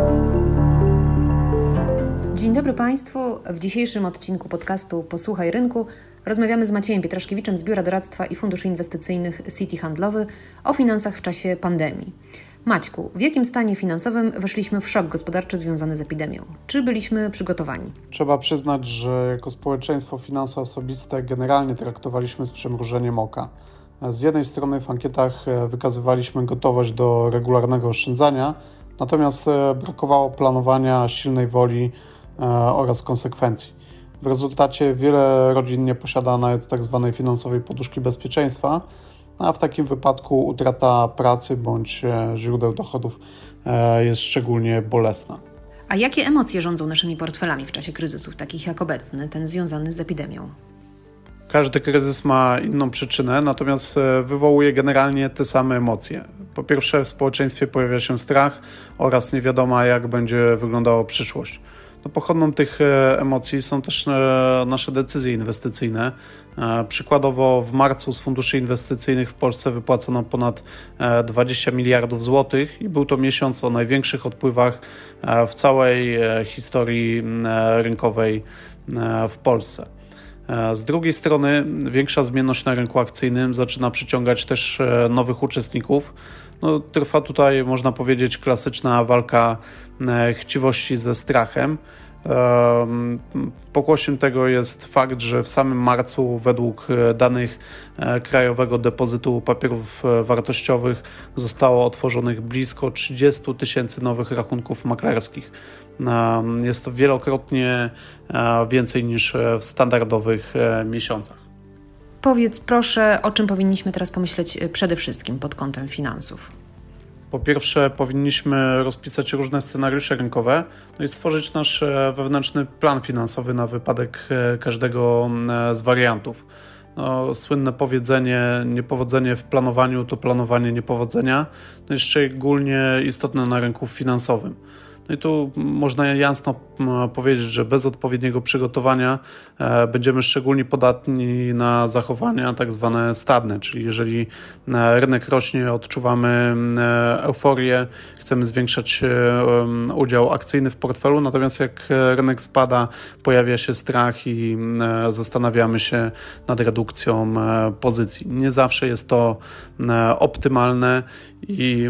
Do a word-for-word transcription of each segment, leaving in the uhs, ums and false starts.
Dzień dobry Państwu. W dzisiejszym odcinku podcastu Posłuchaj Rynku rozmawiamy z Maciejem Pietraszkiewiczem z Biura Doradztwa i Funduszy Inwestycyjnych Citi Handlowy o finansach w czasie pandemii. Maćku, w jakim stanie finansowym weszliśmy w szok gospodarczy związany z epidemią? Czy byliśmy przygotowani? Trzeba przyznać, że jako społeczeństwo finanse osobiste generalnie traktowaliśmy z przymrużeniem oka. Z jednej strony w ankietach wykazywaliśmy gotowość do regularnego oszczędzania, natomiast brakowało planowania, silnej woli oraz konsekwencji. W rezultacie wiele rodzin nie posiada nawet tzw. finansowej poduszki bezpieczeństwa, a w takim wypadku utrata pracy bądź źródeł dochodów jest szczególnie bolesna. A jakie emocje rządzą naszymi portfelami w czasie kryzysów, takich jak obecny, ten związany z epidemią? Każdy kryzys ma inną przyczynę, natomiast wywołuje generalnie te same emocje. Po pierwsze, w społeczeństwie pojawia się strach oraz niewiadoma, jak będzie wyglądała przyszłość. No, pochodną tych emocji są też nasze decyzje inwestycyjne. Przykładowo w marcu z funduszy inwestycyjnych w Polsce wypłacono ponad dwadzieścia miliardów złotych i był to miesiąc o największych odpływach w całej historii rynkowej w Polsce. Z drugiej strony większa zmienność na rynku akcyjnym zaczyna przyciągać też nowych uczestników. No, trwa tutaj, można powiedzieć, klasyczna walka chciwości ze strachem. Pokłosiem tego jest fakt, że w samym marcu według danych Krajowego Depozytu Papierów Wartościowych zostało otworzonych blisko trzydzieści tysięcy nowych rachunków maklerskich. Jest to wielokrotnie więcej niż w standardowych miesiącach. Powiedz proszę, o czym powinniśmy teraz pomyśleć przede wszystkim pod kątem finansów? Po pierwsze, powinniśmy rozpisać różne scenariusze rynkowe, no i stworzyć nasz wewnętrzny plan finansowy na wypadek każdego z wariantów. No, słynne powiedzenie, niepowodzenie w planowaniu to planowanie niepowodzenia, no jest szczególnie istotne na rynku finansowym. No i tu można jasno powiedzieć, że bez odpowiedniego przygotowania będziemy szczególnie podatni na zachowania tak zwane stadne, czyli jeżeli rynek rośnie, odczuwamy euforię, chcemy zwiększać udział akcyjny w portfelu, natomiast jak rynek spada, pojawia się strach i zastanawiamy się nad redukcją pozycji. Nie zawsze jest to optymalne i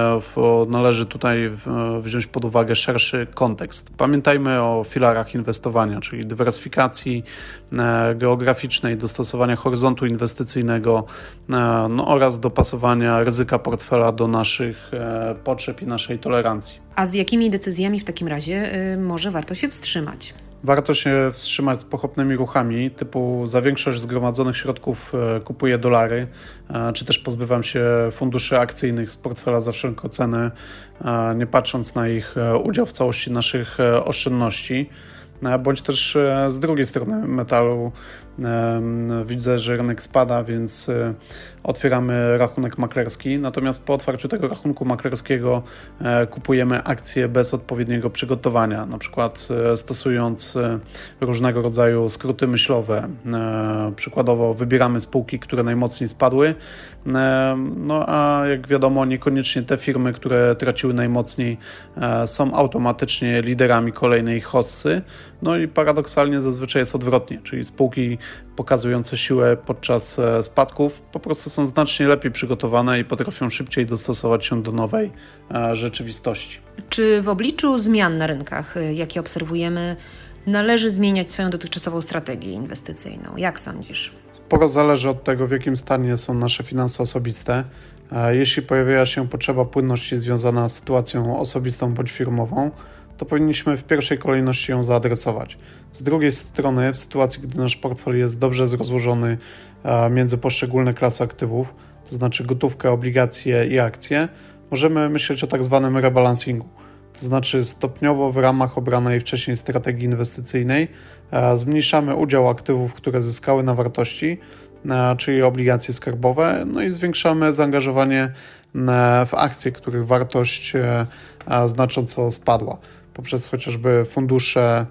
należy tutaj wziąć pod uwagę szerszy kontekst. Pamiętajmy o filarach inwestowania, czyli dywersyfikacji geograficznej, dostosowania horyzontu inwestycyjnego no, oraz dopasowania ryzyka portfela do naszych potrzeb i naszej tolerancji. A z jakimi decyzjami w takim razie może warto się wstrzymać? Warto się wstrzymać z pochopnymi ruchami, typu za większość zgromadzonych środków kupuję dolary, czy też pozbywam się funduszy akcyjnych z portfela za wszelką cenę, nie patrząc na ich udział w całości naszych oszczędności. Bądź też z drugiej strony metalu widzę, że rynek spada, więc otwieramy rachunek maklerski, natomiast po otwarciu tego rachunku maklerskiego kupujemy akcje bez odpowiedniego przygotowania, na przykład stosując różnego rodzaju skróty myślowe. Przykładowo wybieramy spółki, które najmocniej spadły, no a jak wiadomo, niekoniecznie te firmy, które traciły najmocniej, są automatycznie liderami kolejnej hossy. No i paradoksalnie zazwyczaj jest odwrotnie, czyli spółki pokazujące siłę podczas spadków po prostu są znacznie lepiej przygotowane i potrafią szybciej dostosować się do nowej rzeczywistości. Czy w obliczu zmian na rynkach, jakie obserwujemy, należy zmieniać swoją dotychczasową strategię inwestycyjną? Jak sądzisz? Sporo zależy od tego, w jakim stanie są nasze finanse osobiste. Jeśli pojawiła się potrzeba płynności związana z sytuacją osobistą bądź firmową, to powinniśmy w pierwszej kolejności ją zaadresować. Z drugiej strony, w sytuacji, gdy nasz portfel jest dobrze rozłożony między poszczególne klasy aktywów, to znaczy gotówkę, obligacje i akcje, możemy myśleć o tak zwanym rebalansingu. To znaczy stopniowo w ramach obranej wcześniej strategii inwestycyjnej zmniejszamy udział aktywów, które zyskały na wartości, czyli obligacje skarbowe, no i zwiększamy zaangażowanie w akcje, których wartość znacząco spadła, poprzez chociażby fundusze,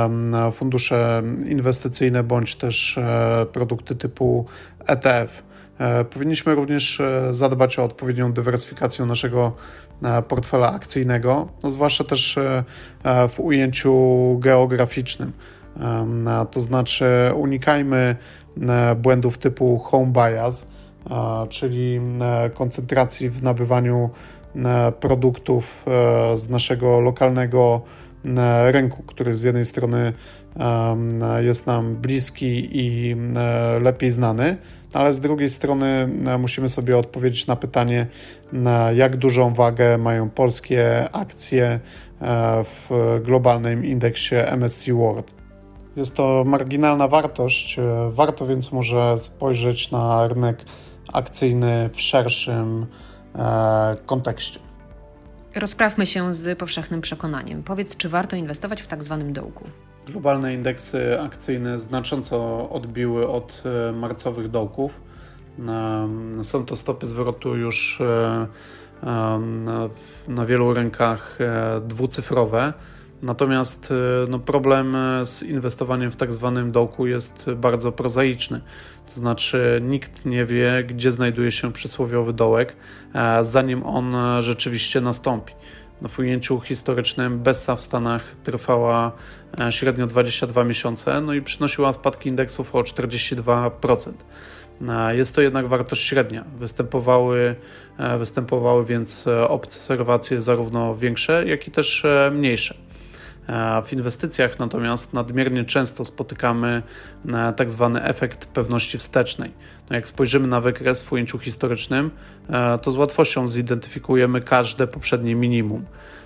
fundusze inwestycyjne bądź też produkty typu E T F. Powinniśmy również zadbać o odpowiednią dywersyfikację naszego portfela akcyjnego, no zwłaszcza też w ujęciu geograficznym. To znaczy unikajmy błędów typu home bias, czyli koncentracji w nabywaniu produktów z naszego lokalnego rynku, który z jednej strony jest nam bliski i lepiej znany, ale z drugiej strony musimy sobie odpowiedzieć na pytanie, jak dużą wagę mają polskie akcje w globalnym indeksie M S C World. Jest to marginalna wartość, warto więc może spojrzeć na rynek akcyjny w szerszym kontekście. Rozprawmy się z powszechnym przekonaniem. Powiedz, czy warto inwestować w tak zwanym dołku? Globalne indeksy akcyjne znacząco odbiły od marcowych dołków. Są to stopy zwrotu już na wielu rynkach dwucyfrowe. Natomiast no, problem z inwestowaniem w tak zwanym dołku jest bardzo prozaiczny. To znaczy nikt nie wie, gdzie znajduje się przysłowiowy dołek, zanim on rzeczywiście nastąpi. No, w ujęciu historycznym Bessa w Stanach trwała średnio dwadzieścia dwa miesiące, no i przynosiła spadki indeksów o czterdzieści dwa procent. Jest to jednak wartość średnia. Występowały, występowały więc obserwacje zarówno większe, jak i też mniejsze. W inwestycjach natomiast nadmiernie często spotykamy tak zwany efekt pewności wstecznej. No jak spojrzymy na wykres w ujęciu historycznym, to z łatwością zidentyfikujemy każde poprzednie minimum.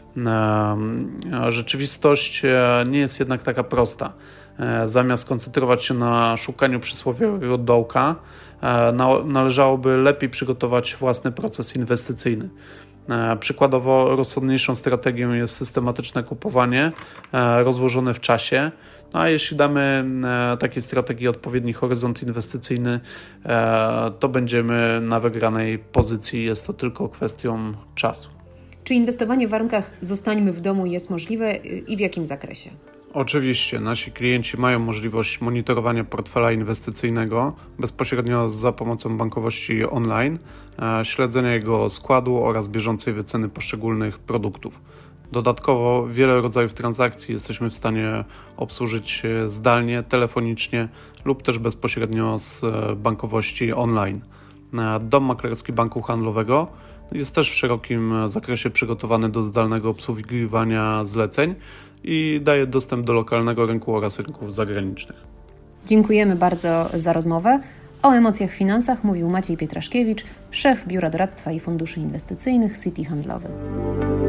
Rzeczywistość nie jest jednak taka prosta. Zamiast koncentrować się na szukaniu przysłowiowego dołka, należałoby lepiej przygotować własny proces inwestycyjny. Przykładowo rozsądniejszą strategią jest systematyczne kupowanie rozłożone w czasie, no a jeśli damy takiej strategii odpowiedni horyzont inwestycyjny, to będziemy na wygranej pozycji, jest to tylko kwestią czasu. Czy inwestowanie w warunkach zostańmy w domu jest możliwe i w jakim zakresie? Oczywiście, nasi klienci mają możliwość monitorowania portfela inwestycyjnego bezpośrednio za pomocą bankowości online, śledzenia jego składu oraz bieżącej wyceny poszczególnych produktów. Dodatkowo wiele rodzajów transakcji jesteśmy w stanie obsłużyć zdalnie, telefonicznie lub też bezpośrednio z bankowości online. Dom maklerski banku handlowego jest też w szerokim zakresie przygotowany do zdalnego obsługiwania zleceń i daje dostęp do lokalnego rynku oraz rynków zagranicznych. Dziękujemy bardzo za rozmowę. O emocjach w finansach mówił Maciej Pietraszkiewicz, szef Biura Doradztwa i Funduszy Inwestycyjnych Citi Handlowy.